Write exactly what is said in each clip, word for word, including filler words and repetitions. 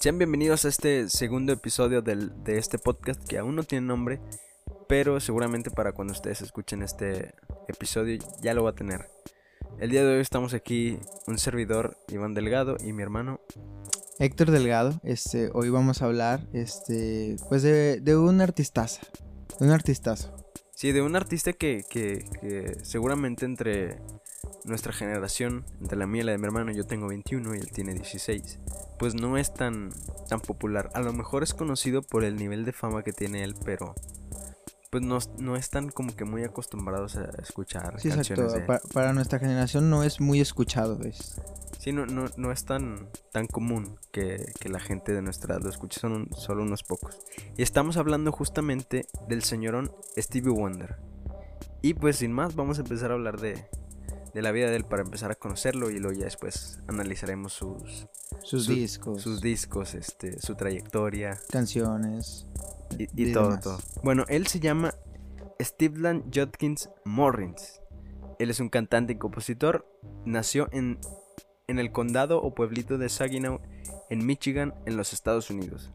Sean bienvenidos a este segundo episodio del, de este podcast que aún no tiene nombre, pero seguramente para cuando ustedes escuchen este episodio ya lo va a tener. El día de hoy estamos aquí un servidor, Iván Delgado, y mi hermano Héctor Delgado. Este, hoy vamos a hablar este, pues de, de un artistaza, de un artistazo. Sí, de un artista que, que, que seguramente entre nuestra generación, entre la mía y la de mi hermano, yo tengo veintiuno y él tiene dieciséis, pues no es tan, tan popular. A lo mejor es conocido por el nivel de fama que tiene él, pero pues no, no están como que muy acostumbrados a escuchar Sí, canciones exacto. de él. Pa- para nuestra generación no es muy escuchado, ¿ves? Sí, no, no, no es tan, tan común que, que la gente de nuestra edad lo escuche, son un- solo unos pocos. Y estamos hablando justamente del señorón Stevie Wonder. Y pues sin más, vamos a empezar a hablar de, de la vida de él para empezar a conocerlo y luego ya después analizaremos sus, Sus su- discos, sus discos, este, su trayectoria canciones y, y todo, demás. todo. Bueno, él se llama Stephen Judkins Morris. Él es un cantante y compositor. Nació en, en el condado o pueblito de Saginaw, en Michigan, en los Estados Unidos.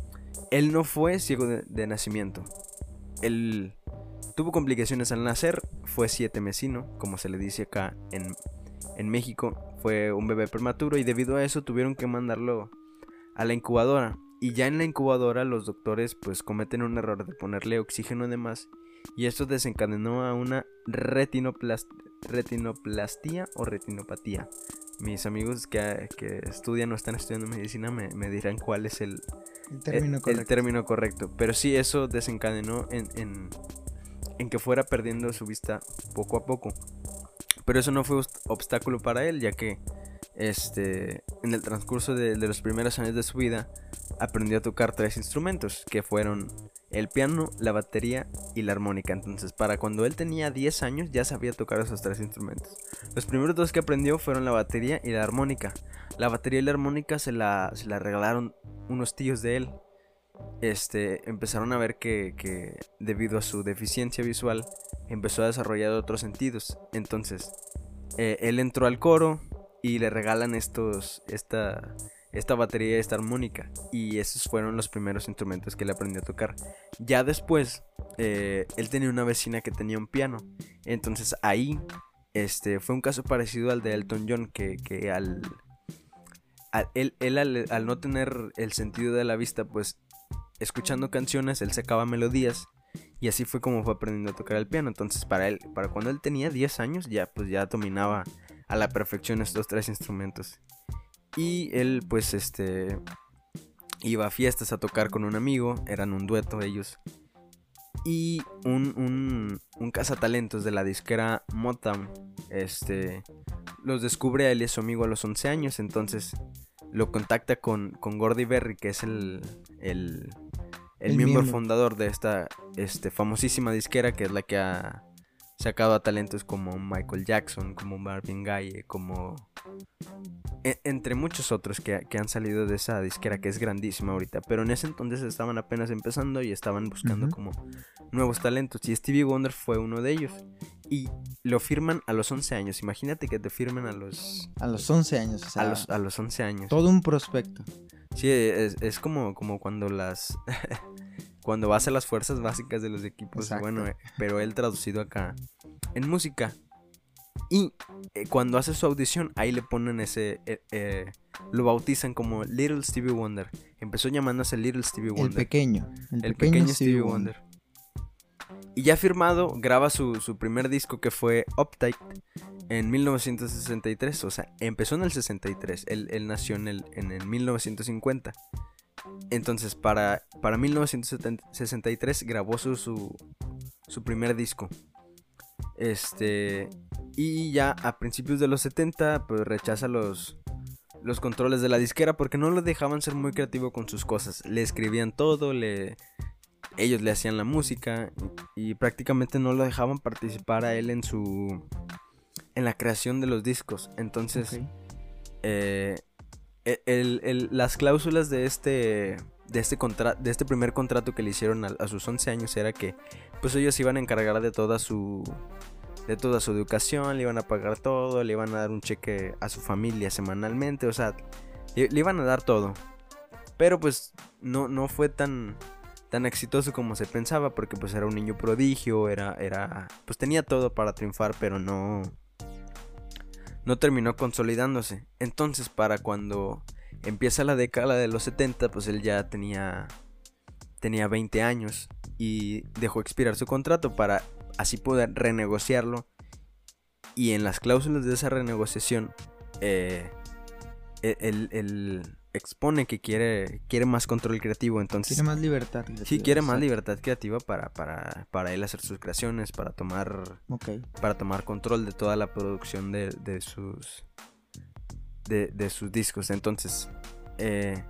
Él no fue ciego de, de nacimiento. Él tuvo complicaciones al nacer, fue siete mesino, como se le dice acá en, en México. Fue un bebé prematuro y debido a eso tuvieron que mandarlo a la incubadora. Y ya en la incubadora los doctores pues cometen un error de ponerle oxígeno de más. Y esto desencadenó a una retinoplast retinoplastía o retinopatía. Mis amigos que, que estudian o están estudiando medicina me, me dirán cuál es el, El término el, correcto. el término correcto. Pero sí, eso desencadenó en, en, en que fuera perdiendo su vista poco a poco. Pero eso no fue obstáculo para él, ya que este, en el transcurso de, de los primeros años de su vida aprendió a tocar tres instrumentos, que fueron el piano, la batería y la armónica. Entonces, para cuando él tenía diez años ya sabía tocar esos tres instrumentos. Los primeros dos que aprendió fueron la batería y la armónica. La batería y la armónica se la, se la regalaron unos tíos de él. Este, empezaron a ver que, que debido a su deficiencia visual empezó a desarrollar otros sentidos. Entonces, eh, él entró al coro y le regalan estos, esta, esta batería y esta armónica. Y esos fueron los primeros instrumentos que él aprendió a tocar. Ya después, eh, él tenía una vecina que tenía un piano. Entonces ahí, este, fue un caso parecido al de Elton John, que, que al, al, él, él al, al no tener el sentido de la vista, pues escuchando canciones, él sacaba melodías. Y así fue como fue aprendiendo a tocar el piano. Entonces para él, para cuando él tenía diez años, ya pues ya dominaba a la perfección estos tres instrumentos. Y él pues este iba a fiestas a tocar con un amigo, eran un dueto ellos. Y un, un, un cazatalentos de la disquera Motown este, los descubre a él y a su amigo a los once años. Entonces lo contacta con, con Gordy Berry, que es el, el, el, El miembro miembro. fundador de esta este, famosísima disquera, que es la que ha sacado a talentos como Michael Jackson, como Marvin Gaye, como e- entre muchos otros que, que han salido de esa disquera, que es grandísima ahorita. Pero en ese entonces estaban apenas empezando y estaban buscando Ujú. como nuevos talentos. Y Stevie Wonder fue uno de ellos. Y lo firman a los once años. Imagínate que te firmen a los, A los once años, o sea, a los, a los once años. todo un prospecto. Sí, es, es como, como cuando las... cuando vas a las fuerzas básicas de los equipos. Exacto. Bueno, eh, pero él traducido acá en música. Y eh, cuando hace su audición, ahí le ponen ese... Eh, eh, lo bautizan como Little Stevie Wonder. Empezó llamándose Little Stevie El Wonder. pequeño. El, El pequeño, pequeño Stevie Stevie Wonder. Wonder. Y ya firmado, graba su, su primer disco, que fue Uptight, en mil novecientos sesenta y tres. O sea, empezó en el sesenta y tres. Él, él nació en el, en el mil novecientos cincuenta. Entonces para, para mil novecientos sesenta y tres grabó su, su, su primer disco. Este... Y ya a principios de los setenta pues rechaza los, los controles de la disquera porque no lo dejaban ser muy creativo con sus cosas. Le escribían todo, le, ellos le hacían la música y, y prácticamente no lo dejaban participar a él en su en la creación de los discos. Entonces, Ok. eh, el, el, las cláusulas de este de este contra, de este primer contrato que le hicieron a, a sus once años era que pues ellos iban a encargar de toda su de toda su educación, le iban a pagar todo, le iban a dar un cheque a su familia semanalmente, o sea, le, le iban a dar todo. Pero pues no, no fue tan, tan exitoso como se pensaba, porque pues era un niño prodigio, era, era, pues tenía todo para triunfar, pero no, no terminó consolidándose. Entonces, para cuando empieza la década de los setenta, pues él ya tenía, tenía veinte años y dejó expirar su contrato para así poder renegociarlo. Y en las cláusulas de esa renegociación, eh, él, él expone que quiere, quiere más control creativo. Entonces, quiere más libertad creativa. Sí, quiere más exacto. libertad creativa para, para, para él hacer sus creaciones, para tomar, Okay. para tomar control de toda la producción de, de sus de, de sus discos. Entonces, eh,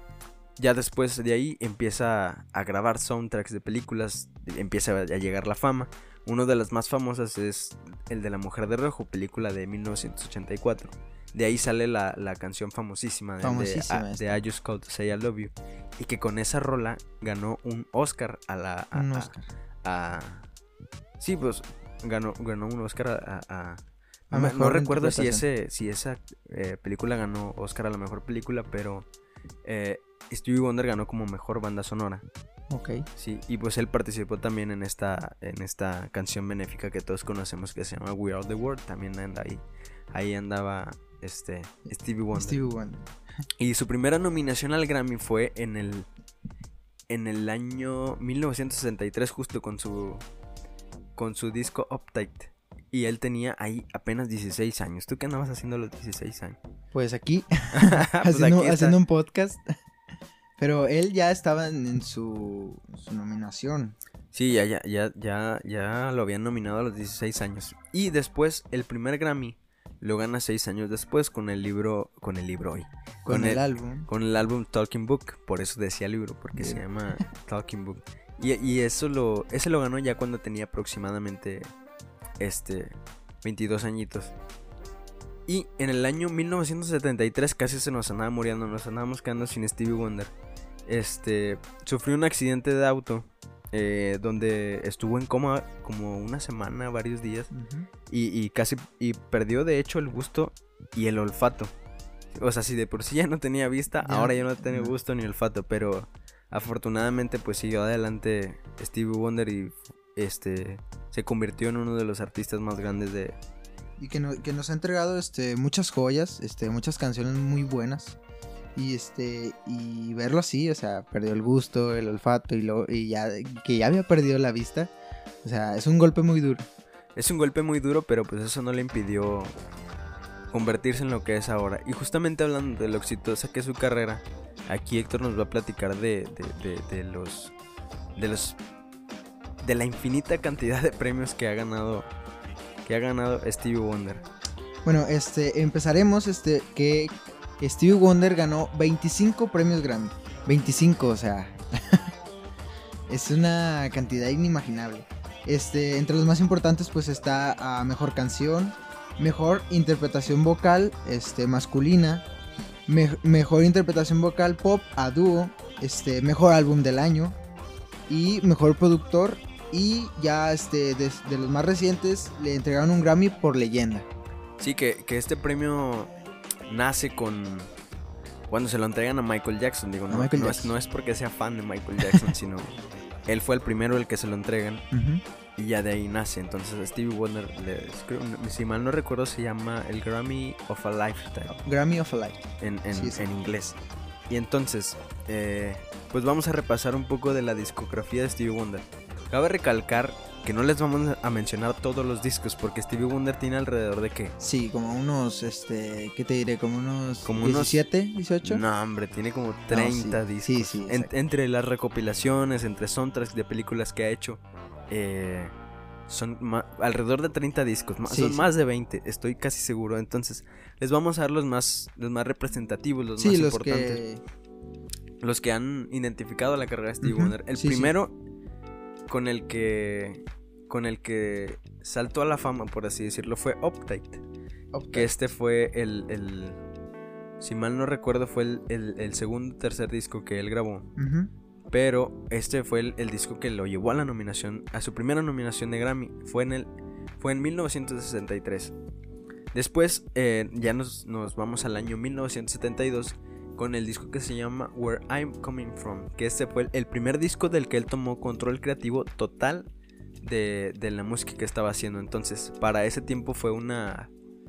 ya después de ahí empieza a grabar soundtracks de películas, empieza a llegar la fama. Una de las más famosas es el de La Mujer de Rojo, película de mil novecientos ochenta y cuatro. De ahí sale la, la canción famosísima, de, famosísima de, de I Just Called to Say I Love You. Y que con esa rola ganó un Oscar a la... A, Un a, Oscar. A, a, sí, pues ganó, ganó un Oscar a... a, a A no, no recuerdo si, interpretación. ese, si esa eh, película ganó Oscar a la mejor película, pero eh, Stevie Wonder ganó como mejor banda sonora. Ok. Sí, y pues él participó también en esta, en esta canción benéfica que todos conocemos que se llama We Are The World. También anda ahí, ahí andaba este Stevie Wonder. Stevie Wonder. Y su primera nominación al Grammy fue en el, en el año mil novecientos sesenta y tres, justo con su, con su disco Uptight. Y él tenía ahí apenas dieciséis años. ¿Tú qué andabas haciendo a los dieciséis años? Pues aquí, Pues haciendo, aquí está. haciendo un podcast. Pero él ya estaba en, en su, su nominación. Sí, ya, ya, ya, ya, ya lo habían nominado a los dieciséis años. Y después, el primer Grammy lo gana seis años después con el libro, con el libro hoy. Con, con el, el álbum. Con el álbum Talking Book, por eso decía libro, porque yeah. se llama Talking Book. Y, y eso lo, ese lo ganó ya cuando tenía aproximadamente este, veintidós añitos. Y en el año mil novecientos setenta y tres casi se nos andaba muriendo, nos andábamos quedando sin Stevie Wonder. Este, sufrió un accidente de auto eh, donde estuvo en coma como una semana, varios días. Uh-huh. y, y casi y perdió de hecho el gusto y el olfato. O sea, si de por sí ya no tenía vista, ya, ahora ya no tiene gusto ni olfato. Pero afortunadamente pues siguió adelante Stevie Wonder y este se convirtió en uno de los artistas más grandes de... Y que, no, que nos ha entregado este, muchas joyas, este, muchas canciones muy buenas. Y este y verlo así, o sea, perdió el gusto, el olfato y, lo, y ya que ya había perdido la vista. O sea, es un golpe muy duro. Es un golpe muy duro, pero pues eso no le impidió convertirse en lo que es ahora. Y justamente hablando de lo exitosa que es su carrera, aquí Héctor nos va a platicar de, de, de, de los de los de la infinita cantidad de premios que ha ganado que ha ganado Stevie Wonder. Bueno, este empezaremos este que Stevie Wonder ganó veinticinco premios Grammy. veinticinco, o sea, es una cantidad inimaginable. Este, entre los más importantes pues está a uh, mejor canción, mejor interpretación vocal este, masculina, me- mejor interpretación vocal pop a dúo, este, mejor álbum del año y mejor productor. Y ya este, de, de los más recientes le entregaron un Grammy por leyenda. Sí, que, que este premio nace con cuando se lo entregan a Michael Jackson. Digo, no, Michael no, Jackson. Es, no es porque sea fan de Michael Jackson, sino él fue el primero el que se lo entregan. Uh-huh. Y ya de ahí nace. Entonces Stevie Wonder, le, si mal no recuerdo, se llama el Grammy of a Lifetime. Grammy of a Lifetime. En, en, sí, sí. en inglés. Y entonces, eh, pues vamos a repasar un poco de la discografía de Stevie Wonder. Cabe recalcar que no les vamos a mencionar todos los discos, porque Stevie Wonder tiene alrededor de ¿qué? Sí, como unos, este, ¿qué te diré? Como unos como diecisiete, unos, dieciocho. No, hombre, tiene como treinta no, sí, discos. Sí, sí, en, entre las recopilaciones, entre soundtracks de películas que ha hecho, eh, son ma- alrededor de treinta discos, ma- sí, son sí. más de veinte, estoy casi seguro. Entonces, les vamos a dar los más, los más representativos, los sí, más los importantes. Que... Los que han identificado la carrera de Stevie uh-huh. Wonder. El sí, primero sí. con el que con el que saltó a la fama, por así decirlo, fue Uptight. Uptight. Que este fue el, el si mal no recuerdo, fue el, el, el segundo o tercer disco que él grabó. Uh-huh. Pero este fue el, el disco que lo llevó a la nominación, a su primera nominación de Grammy. Fue en el fue en mil novecientos sesenta y tres. Después eh, ya nos, nos vamos al año mil novecientos setenta y dos. con el disco que se llama Where I'm Coming From, que este fue el primer disco del que él tomó control creativo total de, de la música que estaba haciendo. Entonces, para ese tiempo fue una...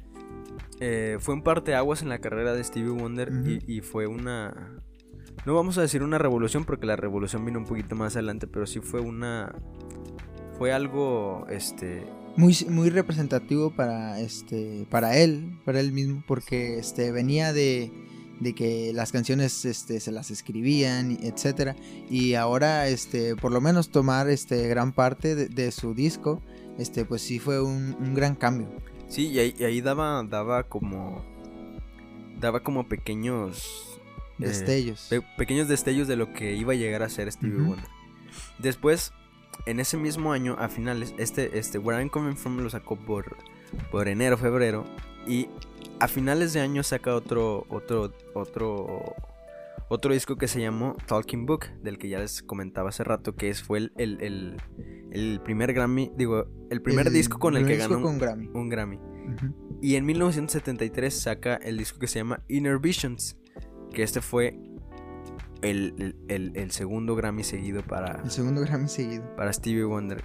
Eh, fue un parteaguas en la carrera de Stevie Wonder. Uh-huh. y, y fue una... No vamos a decir una revolución, porque la revolución vino un poquito más adelante, pero sí fue una... Fue algo, este... Muy, muy representativo para, este, para él, para él mismo, porque, este, venía de... de que las canciones este, se las escribían, etcétera, y ahora este, por lo menos tomar este, gran parte de, de su disco, este, pues sí fue un, un gran cambio. Sí, y ahí, y ahí daba, daba como daba como pequeños destellos, eh, pe- pequeños destellos de lo que iba a llegar a ser Stevie uh-huh. Wonder. Después, en ese mismo año, a finales, este, este Where I'm Coming From lo sacó por, por enero, febrero, y a finales de año saca otro, otro, otro, otro disco que se llamó Talking Book, del que ya les comentaba hace rato, que es, fue el, el, el, el primer Grammy, digo, el primer el disco con el que ganó con un Grammy. Un Grammy. Uh-huh. Y en mil novecientos setenta y tres saca el disco que se llama Inner Visions, que este fue el, el, el, el segundo Grammy seguido para... El segundo Grammy seguido. Para Stevie Wonder.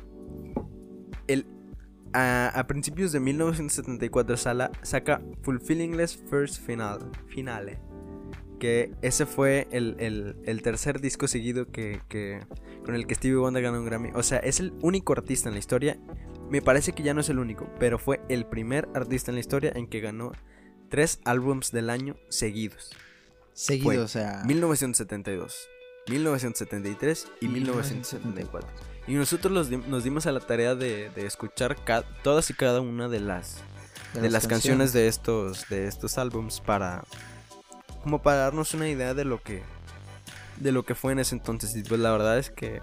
El... A, a principios de mil novecientos setenta y cuatro Sala saca Fulfillingless First Final, Finale, que ese fue el, el, el tercer disco seguido que, que con el que Stevie Wonder ganó un Grammy. O sea, es el único artista en la historia, me parece que ya no es el único, pero fue el primer artista en la historia en que ganó tres álbums del año seguidos. Seguidos, o sea... mil novecientos setenta y dos, mil novecientos setenta y tres y mil novecientos setenta y cuatro. Y nosotros los di- nos dimos a la tarea de, de escuchar ca- todas y cada una de las de, de las, las canciones. canciones de estos de estos álbums para como para darnos una idea de lo que de lo que fue en ese entonces. Y pues la verdad es que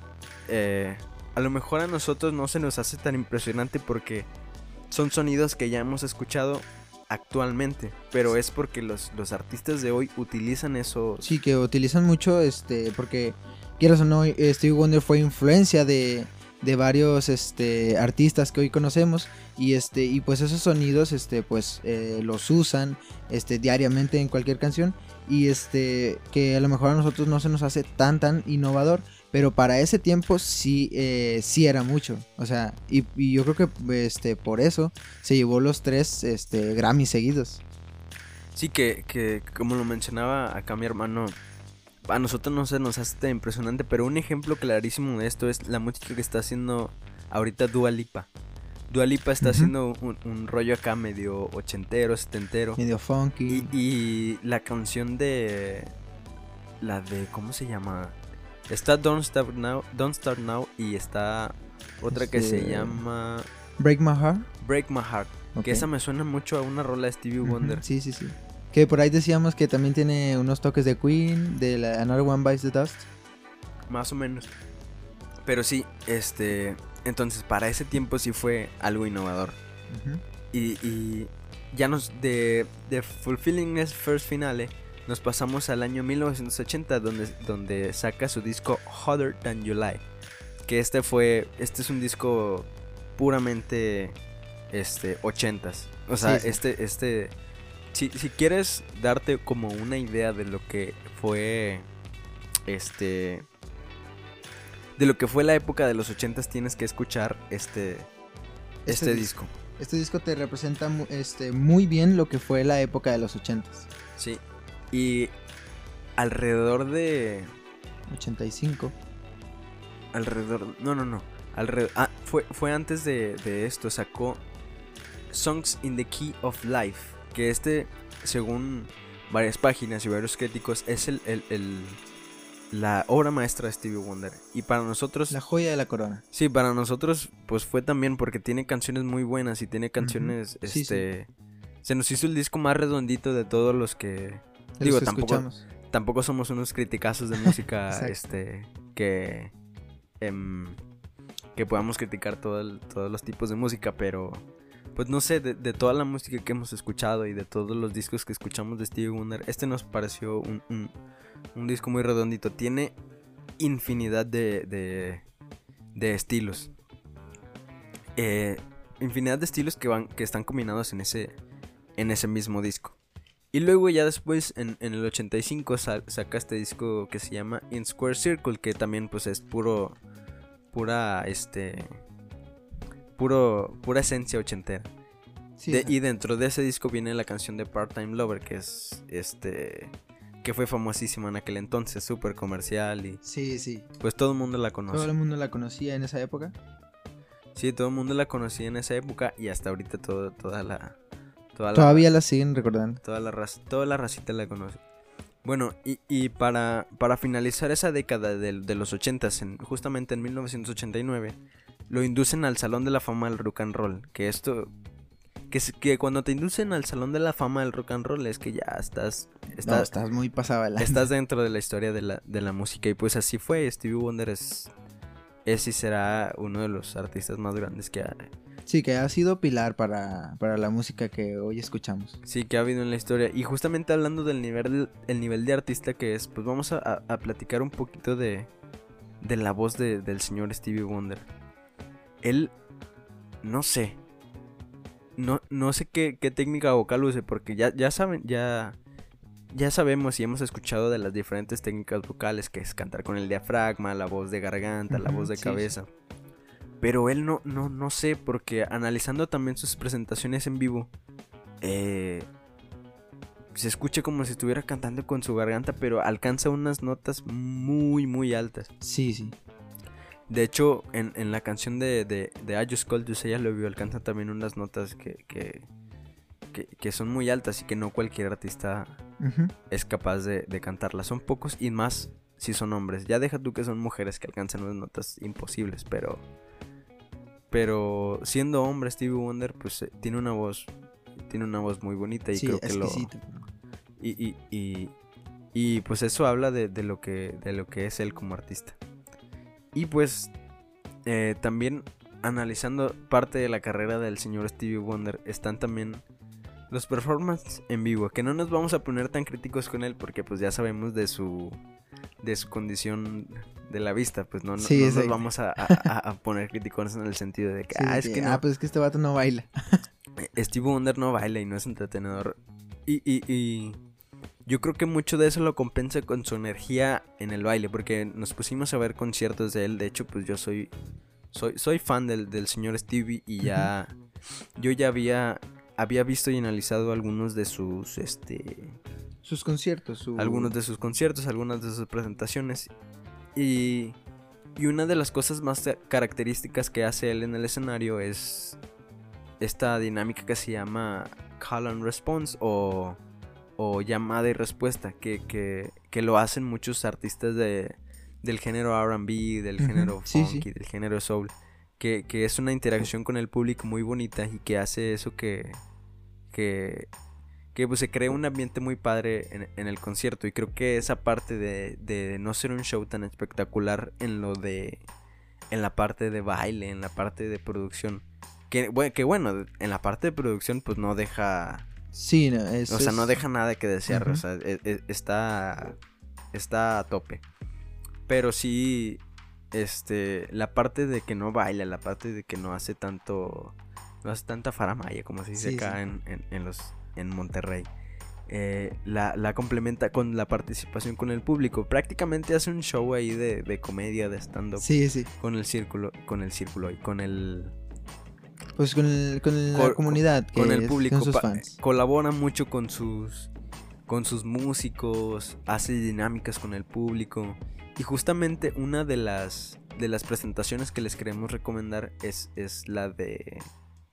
eh, a lo mejor a nosotros no se nos hace tan impresionante porque son sonidos que ya hemos escuchado actualmente, pero es porque los, los artistas de hoy utilizan eso. Sí, que utilizan mucho, este, porque quieras o no, Stevie Wonder fue influencia de, de varios este, artistas que hoy conocemos, y este y pues esos sonidos este pues eh, los usan este diariamente en cualquier canción, y este que a lo mejor a nosotros no se nos hace tan tan innovador, pero para ese tiempo sí eh, sí era mucho, o sea, y, y yo creo que este por eso se llevó los tres este Grammy seguidos. Sí, que, que como lo mencionaba acá mi hermano, a nosotros no se nos hace tan impresionante, pero un ejemplo clarísimo de esto es la música que está haciendo ahorita Dua Lipa. Dua Lipa está uh-huh. haciendo un, un rollo acá medio ochentero, setentero. Medio funky. Y, y la canción de... La de... ¿Cómo se llama? Está Don't Start Now, Don't Start Now y está otra este... que se llama... Break My Heart. Break My Heart. Okay. Que esa me suena mucho a una rola de Stevie Wonder. Uh-huh. Sí, sí, sí. Que por ahí decíamos que también tiene unos toques de Queen, de la Another One Bites the Dust. Más o menos. Pero sí, este... Entonces para ese tiempo sí fue algo innovador. Uh-huh. Y, y ya nos... De, de Fulfillingless First Finale nos pasamos al año mil novecientos ochenta, donde, donde saca su disco Hotter Than You Like. Que este fue... Este es un disco puramente... Este... ochentas. O sea, sí, sí. este... este Si, si quieres darte como una idea de lo que fue este de lo que fue la época de los ochentas, tienes que escuchar este este, este disco. Este disco te representa este muy bien lo que fue la época de los ochentas. Sí. Y alrededor de ochenta y cinco. Alrededor, no, no, no. Alrededor, ah, fue fue antes de, de esto sacó Songs in the Key of Life. Que este, según varias páginas y varios críticos, es el, el, el la obra maestra de Stevie Wonder. Y para nosotros... La joya de la corona. Sí, para nosotros pues fue también porque tiene canciones muy buenas y tiene canciones... Uh-huh. este sí, sí. Se nos hizo el disco más redondito de todos los que... De digo, los que tampoco, escuchamos. Tampoco somos unos criticazos de música este que... Em, que podamos criticar todo el, todos los tipos de música, pero... Pues no sé, de, de toda la música que hemos escuchado y de todos los discos que escuchamos de Stevie Wonder, este nos pareció un, un, un disco muy redondito. Tiene infinidad de, de, de estilos. Eh, infinidad de estilos que van que están combinados en ese, en ese mismo disco. Y luego ya después, en, en el ochenta y cinco, sa- saca este disco que se llama In Square Circle, que también pues es puro, pura, este, puro, pura esencia ochentera. Sí, De- ajá. y dentro de ese disco viene la canción de Part-Time Lover, que es, este, que fue famosísima en aquel entonces, súper comercial y Sí, sí. pues todo el mundo la Todo conoce. el mundo la conocía en esa época. Sí, todo el mundo la conocía en esa época y hasta ahorita todo, toda la, toda la, Todavía la siguen recordando. toda la raza, toda la racita la conoce. Bueno, y, y para, para finalizar esa década de, de los ochentas, en, justamente en mil novecientos ochenta y nueve, lo inducen al Salón de la Fama del Rock and Roll. Que esto, que, es- que cuando te inducen al Salón de la Fama del Rock and Roll es que ya estás, No, estás, estás muy pasada de lanza. estás dentro de la historia de la, de la música. Y pues así fue. Stevie Wonder es, es y será uno de los artistas más grandes que ha, Sí, que ha sido pilar para, para la música que hoy escuchamos. sí, que ha habido en la historia. Y justamente hablando del nivel, el nivel de artista que es, pues vamos a, a- a platicar un poquito de, de la voz de- del señor Stevie Wonder. Él, no sé, no, no sé qué, qué técnica vocal use, porque ya, ya saben, ya, ya sabemos y hemos escuchado de las diferentes técnicas vocales, que es cantar con el diafragma, la voz de garganta, la Ujú, voz de sí, cabeza. Pero él no, no, no sé, porque analizando también sus presentaciones en vivo, eh, se escucha como si estuviera cantando con su garganta, pero alcanza unas notas muy, muy altas. Sí, sí. De hecho, en, en la canción de, de, de I Just Called You, ella lo vio, alcanza también unas notas que, que, que, que son muy altas y que no cualquier artista Ujú. es capaz de, de cantarlas. Son pocos y más si son hombres. Ya deja tú que son mujeres que alcanzan unas notas imposibles, pero... Pero siendo hombre, Stevie Wonder, pues eh, tiene una voz, tiene una voz muy bonita y Sí, creo que lo exquisito. y, y, y, y, pues eso habla de, de lo que de lo que es él como artista. Y pues eh, también analizando parte de la carrera del señor Stevie Wonder están también los performances en vivo, que no nos vamos a poner tan críticos con él porque pues ya sabemos de su de su condición de la vista, pues no, no, Sí, no nos exacto. vamos a, a- a poner críticos en el sentido de que, Sí, ah, de es que, que no, ah, pues es que este vato no baila. Stevie Wonder no baila y no es entretenedor. Y, y, y yo creo que mucho de eso lo compensa con su energía en el baile, porque nos pusimos a ver conciertos de él. De hecho, pues yo soy soy, soy fan del, del señor Stevie y ya yo ya había había visto y analizado algunos de sus este Sus conciertos, su... algunos de sus conciertos, algunas de sus presentaciones y y una de las cosas más características que hace él en el escenario es esta dinámica que se llama Call and Response o, o llamada y respuesta, que, que, que lo hacen muchos artistas de, del género R and B, del Ujú, género sí, funk sí. y del género soul, que, que es una interacción con el público muy bonita y que hace eso que, que, que pues, se crea un ambiente muy padre en, en el concierto. Y creo que esa parte de, de no ser un show tan espectacular en lo de en la parte de baile, en la parte de producción, que bueno, que bueno, en la parte de producción pues no deja, Sí, no, es, o sea, es- no deja nada que desear, Ujú. o sea, e- e- está está a tope. Pero sí este la parte de que no baila, la parte de que no hace tanto no hace tanta faramaya como se dice Sí, acá sí. En, en, en los en Monterrey. Eh, la, la complementa con la participación con el público. Prácticamente hace un show ahí de, de comedia, de stand-up. Sí, sí. Con el círculo, con el círculo y con el Pues con, el- con la Con- comunidad, que con el es- público. son sus pa- fans. colabora mucho con sus con sus músicos, hace dinámicas con el público y justamente una de las de las presentaciones que les queremos recomendar es, es la de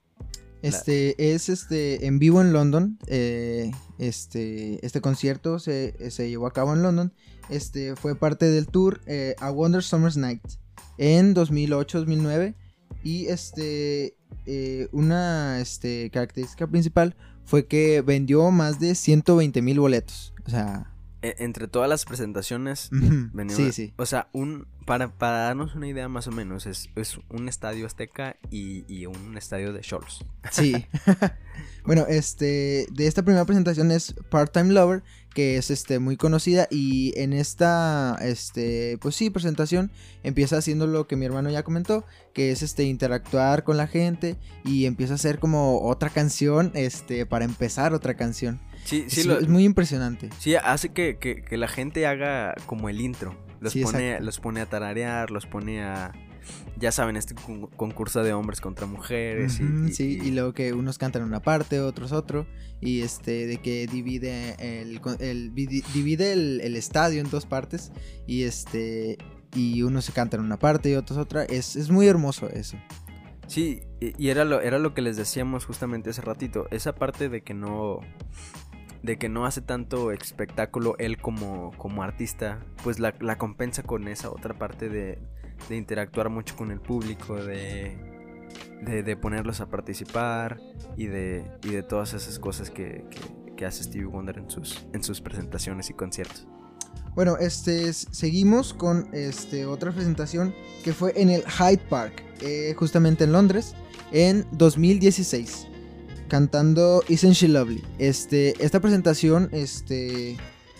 Este es este en vivo en London. eh, este, este concierto se, se llevó a cabo en London. Este fue parte del tour eh, A Wonder Summer's Night en dos mil ocho dos mil nueve. Y este eh, una este, característica principal fue que vendió más de ciento veinte mil boletos. O sea, e- entre todas las presentaciones ujú, venía sí, una- sí. o sea, un para, para darnos una idea más o menos, es, es un estadio azteca y, y un estadio de Xolos. Sí. Bueno, este, de esta primera presentación es Part-Time Lover, que es este muy conocida, y en esta este pues sí, presentación empieza haciendo lo que mi hermano ya comentó, que es este interactuar con la gente y empieza a hacer como otra canción, este para empezar otra canción. Sí, sí, es, lo, es muy impresionante. Sí, hace que, que, que la gente haga como el intro. Los, sí, pone, los pone a tararear, los pone a... Ya saben, este concurso de hombres contra mujeres. Uh-huh, y, y, sí, y... y luego que unos cantan una parte, otros otro. Y este, de que divide el, el, divide el, el estadio en dos partes. Y este, y unos se cantan una parte y otros otra. Es, es muy hermoso eso. Sí, y era lo, era lo que les decíamos justamente hace ratito. Esa parte de que no... de que no hace tanto espectáculo él como, como artista, pues la, la compensa con esa otra parte de, de interactuar mucho con el público, de, de, de ponerlos a participar y de, y de todas esas cosas que, que, que hace Stevie Wonder en sus, en sus presentaciones y conciertos. Bueno, este seguimos con este otra presentación que fue en el Hyde Park, eh, justamente en Londres, en dos mil dieciséis. Cantando Isn't She Lovely. Este, esta presentación, este,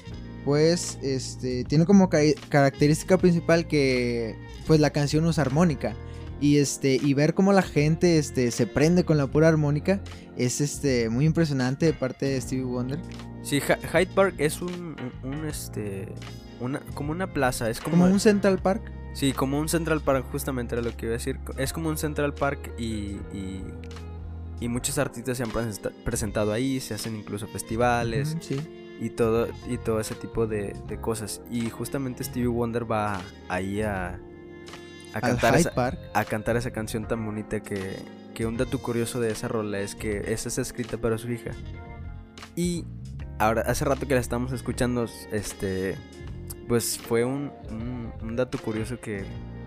pues, este, tiene como ca- característica principal que, pues, la canción usa armónica. Y este, y ver cómo la gente, este, se prende con la pura armónica es, este, muy impresionante de parte de Stevie Wonder. Sí, Hyde Park es un, un, un este, una, como una plaza, es como, como un Central Park. Sí, como un Central Park, justamente era lo que iba a decir. Es como un Central Park y, y Y muchos artistas se han presentado ahí, se hacen incluso festivales, mm, sí. y todo y todo ese tipo de, de cosas. Y justamente Stevie Wonder va ahí a, a, cantar esa, a cantar esa canción tan bonita que, que un dato curioso de esa rola es que esa es escrita para su hija. Y ahora, hace rato que la estamos escuchando, este pues fue un, un, un dato curioso que...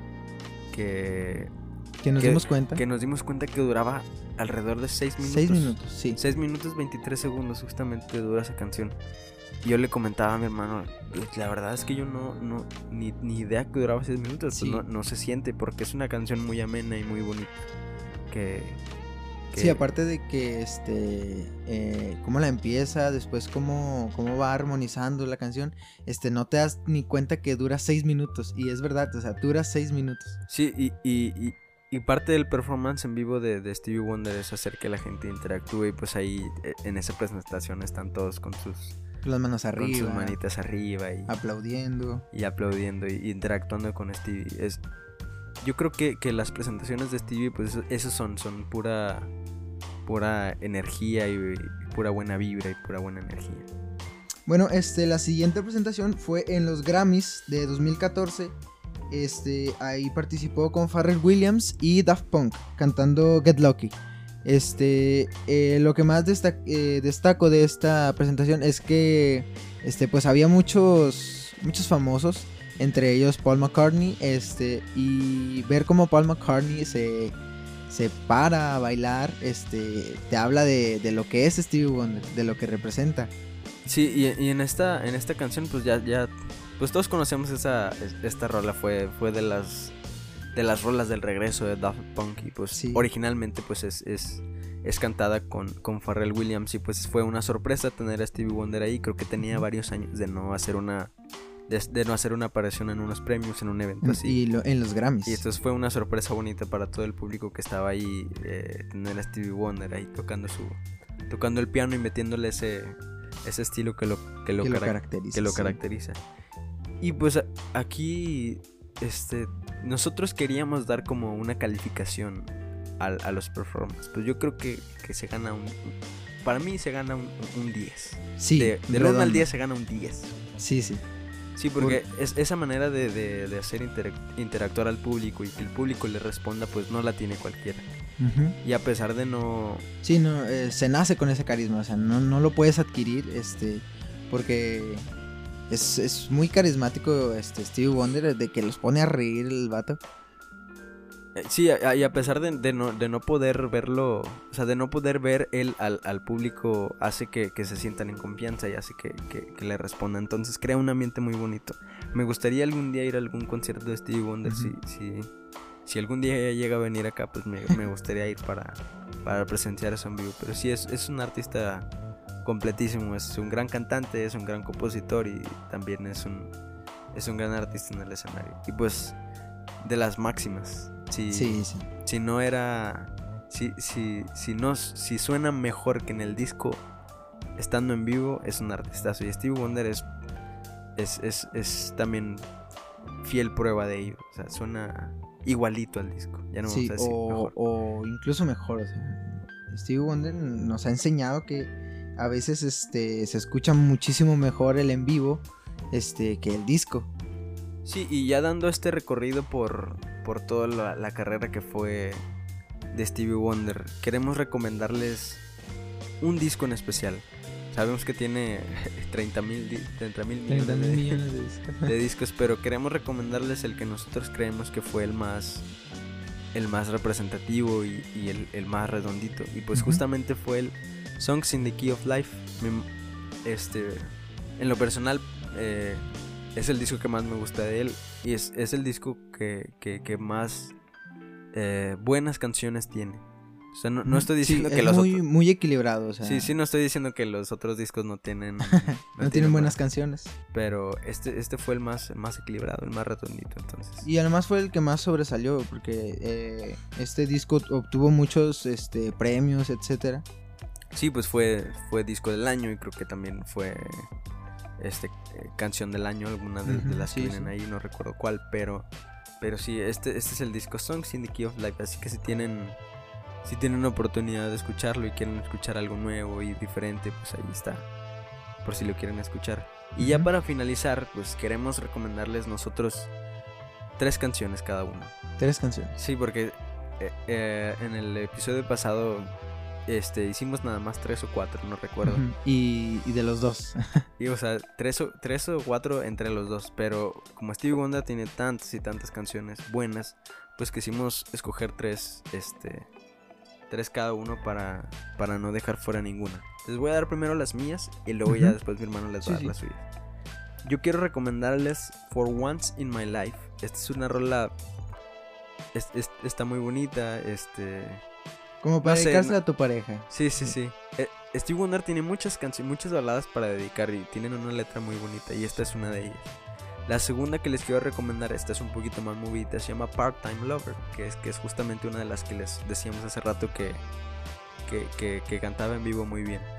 que Que nos que, dimos cuenta. Que nos dimos cuenta que duraba alrededor de seis minutos. seis minutos, sí. seis minutos veintitrés segundos justamente dura esa canción. Y yo le comentaba a mi hermano, la verdad es que yo no, no ni, ni idea que duraba seis minutos. Sí. Pues no, no se siente porque es una canción muy amena y muy bonita. Que... que... Sí, aparte de que, este, eh, cómo la empieza, después cómo, cómo va armonizando la canción, este, no te das ni cuenta que dura seis minutos. Y es verdad, o sea, dura seis minutos. Sí, y... y, y... Y parte del performance en vivo de, de Stevie Wonder es hacer que la gente interactúe. Y pues ahí en esa presentación están todos con sus... las manos arriba. Con sus manitas arriba. Y, aplaudiendo. Y aplaudiendo y, y interactuando con Stevie. Es, yo creo que, que las presentaciones de Stevie pues esos son, son pura, pura energía y, y pura buena vibra y pura buena energía. Bueno, este, la siguiente presentación fue en los Grammys de dos mil catorce. Este, ahí participó con Pharrell Williams y Daft Punk cantando Get Lucky. Este, eh, lo que más destac eh, destaco de esta presentación es que, este, pues había muchos, muchos famosos, entre ellos Paul McCartney, este, y ver cómo Paul McCartney se, se para a bailar, este, te habla de, de lo que es Stevie Wonder, de lo que representa. Sí, y, y en esta, en esta canción, pues ya, ya. Pues todos conocemos esa, esta rola, fue, fue de las de las rolas del regreso de Daft Punk y pues sí. Originalmente pues es, es, es cantada con, con Pharrell Williams y pues fue una sorpresa tener a Stevie Wonder ahí. Creo que tenía varios años de no hacer una de, de no hacer una aparición en unos premios, en un evento así. Y lo, en los Grammys. Y entonces fue una sorpresa bonita para todo el público que estaba ahí, eh, tener a Stevie Wonder ahí tocando su tocando el piano y metiéndole ese ese estilo que lo que lo, que lo cara caracteriza. Que lo sí. caracteriza. Y pues aquí este nosotros queríamos dar como una calificación a, a los performances. Pues yo creo que, que se gana un... Para mí se gana un, un diez. Sí, de, del uno al diez se gana un diez. Sí, sí. Sí, porque Por... es, esa manera de, de, de hacer inter, interactuar al público y que el público le responda, pues no la tiene cualquiera. Uh-huh. Y a pesar de no... Sí, no, eh, se nace con ese carisma, o sea, no, no lo puedes adquirir, este, porque es, es muy carismático este Stevie Wonder, de que los pone a reír el vato. Eh, Sí, a- y a pesar de, de no, de no poder verlo, o sea, de no poder ver él al, al público, hace que, que se sientan en confianza y hace que, que, que le respondan. Entonces crea un ambiente muy bonito. Me gustaría algún día ir a algún concierto de Stevie Wonder. Ujú. si, si, si algún día llega a venir acá, pues me, me gustaría ir para, para presenciar eso en vivo. Pero sí, es, es un artista completísimo. Es un gran cantante, es un gran compositor y también es un, es un gran artista en el escenario. Y pues, de las máximas. Si, Sí, sí. si no era. Si, si, si, no, si suena mejor que en el disco, estando en vivo, es un artistazo. Y Stevie Wonder es, es, es, es también fiel prueba de ello. O sea, suena igualito al disco. Ya no Sí, vamos a decir o, mejor. o incluso mejor. O sea, Stevie Wonder nos ha enseñado que a veces este, se escucha muchísimo mejor el en vivo este, que el disco. Sí, y ya dando este recorrido por, por toda la, la carrera que fue de Stevie Wonder, queremos recomendarles un disco en especial. Sabemos que tiene treinta mil millones de, millones de discos. de discos, pero queremos recomendarles el que nosotros creemos que fue el más el más representativo y, y el, el más redondito. Y pues Ujú. justamente fue el Songs in the Key of Life. Me- Este, en lo personal, eh, es el disco que más me gusta de él. Y es, es el disco que, que, que más eh, buenas canciones tiene. O sea, no, no estoy diciendo Sí, que es los muy, otros... muy equilibrado. O sea, Sí, sí, no estoy diciendo que los otros discos no tienen... No, no tienen buenas canciones. canciones. Pero este, este fue el más, el más equilibrado, el más redondito, entonces. Y además fue el que más sobresalió, porque eh, este disco obtuvo muchos este, premios, etcétera. Sí, pues fue, fue disco del año y creo que también fue este eh, canción del año, alguna de, de Ujú, las que sí, vienen sí. ahí, no recuerdo cuál, pero pero sí, este, este es el disco Songs in the Key of Life, así que si tienen si tienen una oportunidad de escucharlo y quieren escuchar algo nuevo y diferente, pues ahí está, por si lo quieren escuchar. Y ya Ujú. para finalizar, pues queremos recomendarles nosotros tres canciones cada uno. Tres canciones. Sí, porque eh, eh, en el episodio pasado este hicimos nada más tres o cuatro, no recuerdo. Ujú. y, y de los dos. Y, o sea, tres o, tres o cuatro entre los dos. Pero como Stevie Wonder tiene tantas y tantas canciones buenas, pues quisimos escoger tres, este, tres cada uno para, para no dejar fuera ninguna. Les voy a dar primero las mías y luego ya Ujú. después mi hermano les va Sí, a dar sí. las suyas. Yo quiero recomendarles For Once in My Life. Esta es una rola, es- es- está muy bonita, este... Como para No sé, dedicársela no- a tu pareja. Sí, sí, sí. Eh, Stevie Wonder tiene muchas canciones, muchas baladas para dedicar y tienen una letra muy bonita y esta es una de ellas. La segunda que les quiero recomendar, esta es un poquito más movida, se llama Part-Time Lover, que es, que es justamente una de las que les decíamos hace rato que, que, que, que cantaba en vivo muy bien.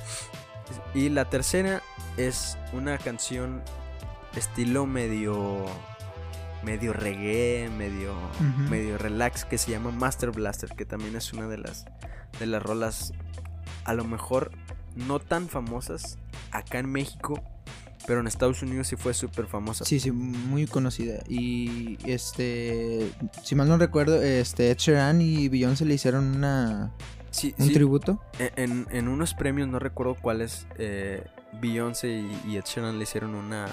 Y la tercera es una canción estilo medio medio reggae, medio Ujú. medio relax, que se llama Master Blaster, que también es una de las de las rolas a lo mejor no tan famosas acá en México, pero en Estados Unidos sí fue súper famosa. Sí, sí, muy conocida. Y este, si mal no recuerdo, este Ed Sheeran y Beyoncé le hicieron una Sí, un sí, tributo. en, en unos premios, no recuerdo cuáles, eh, Beyoncé y, y Ed Sheeran le hicieron una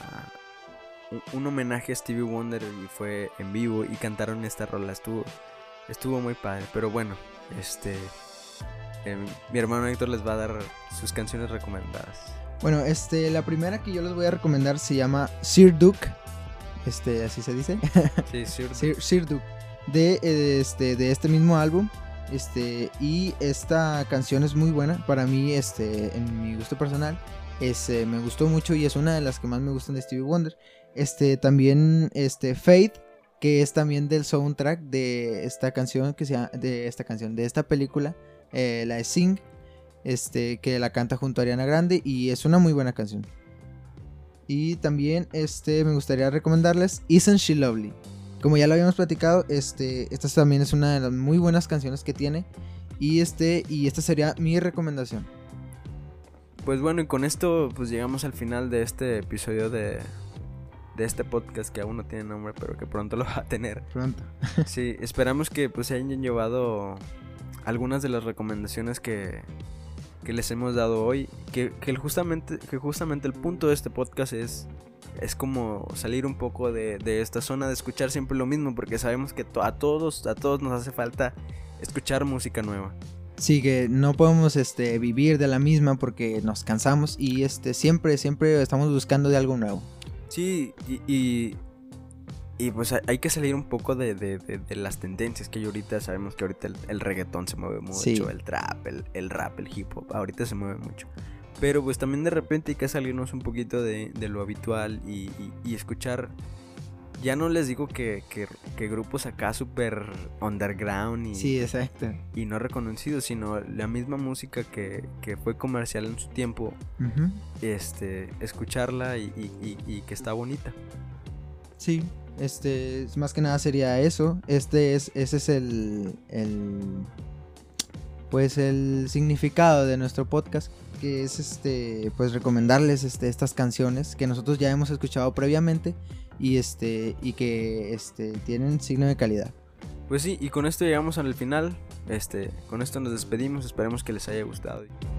un, un homenaje a Stevie Wonder y fue en vivo y cantaron esta rola. Estuvo estuvo muy padre, pero bueno, este eh, mi hermano Héctor les va a dar sus canciones recomendadas. Bueno, este, la primera que yo les voy a recomendar se llama Sir Duke. Este, así se dice. Sí, sí. Sir, Sir Duke. De eh, este, de este mismo álbum. Este, y esta canción es muy buena. Para mí, este, en mi gusto personal, es, eh, me gustó mucho y es una de las que más me gustan de Stevie Wonder. Este, también, este, Faith, que es también del soundtrack de esta canción que se llama, de esta canción, de esta película, eh, la de Sing, este, que la canta junto a Ariana Grande y es una muy buena canción. Y también, este, me gustaría recomendarles Isn't She Lovely. Como ya lo habíamos platicado, este, esta también es una de las muy buenas canciones que tiene y este, y esta sería mi recomendación. Pues bueno, y con esto pues llegamos al final de este episodio de, de este podcast que aún no tiene nombre, pero que pronto lo va a tener. Pronto. Sí, esperamos que pues se hayan llevado algunas de las recomendaciones que, que les hemos dado hoy. Que, que, el justamente, que justamente el punto de este podcast es es como salir un poco de, de esta zona de escuchar siempre lo mismo, porque sabemos que to- a todos, a todos nos hace falta escuchar música nueva. Sí, que no podemos este, vivir de la misma porque nos cansamos y este, siempre, siempre estamos buscando de algo nuevo. Sí, y, y, y pues hay, hay que salir un poco de, de, de, de las tendencias que hay ahorita. Sabemos que ahorita el, el reggaetón se mueve mucho, Sí. el trap, el, el rap, el hip hop, ahorita se mueve mucho. Pero pues también de repente hay que salirnos un poquito de, de lo habitual y, y, y escuchar. Ya no les digo que, que, que grupos acá súper underground y, Sí, exacto. y no reconocidos, sino la misma música que, que fue comercial en su tiempo, Ujú. este, escucharla y, y, y, y que está bonita. Sí, este, es- más que nada sería eso. Este es, ese es el, el, pues el significado de nuestro podcast, que es este, pues recomendarles este, estas canciones que nosotros ya hemos escuchado previamente y este, y que este, tienen signo de calidad. Pues sí, y con esto llegamos al final. Este, con esto nos despedimos. Esperemos que les haya gustado.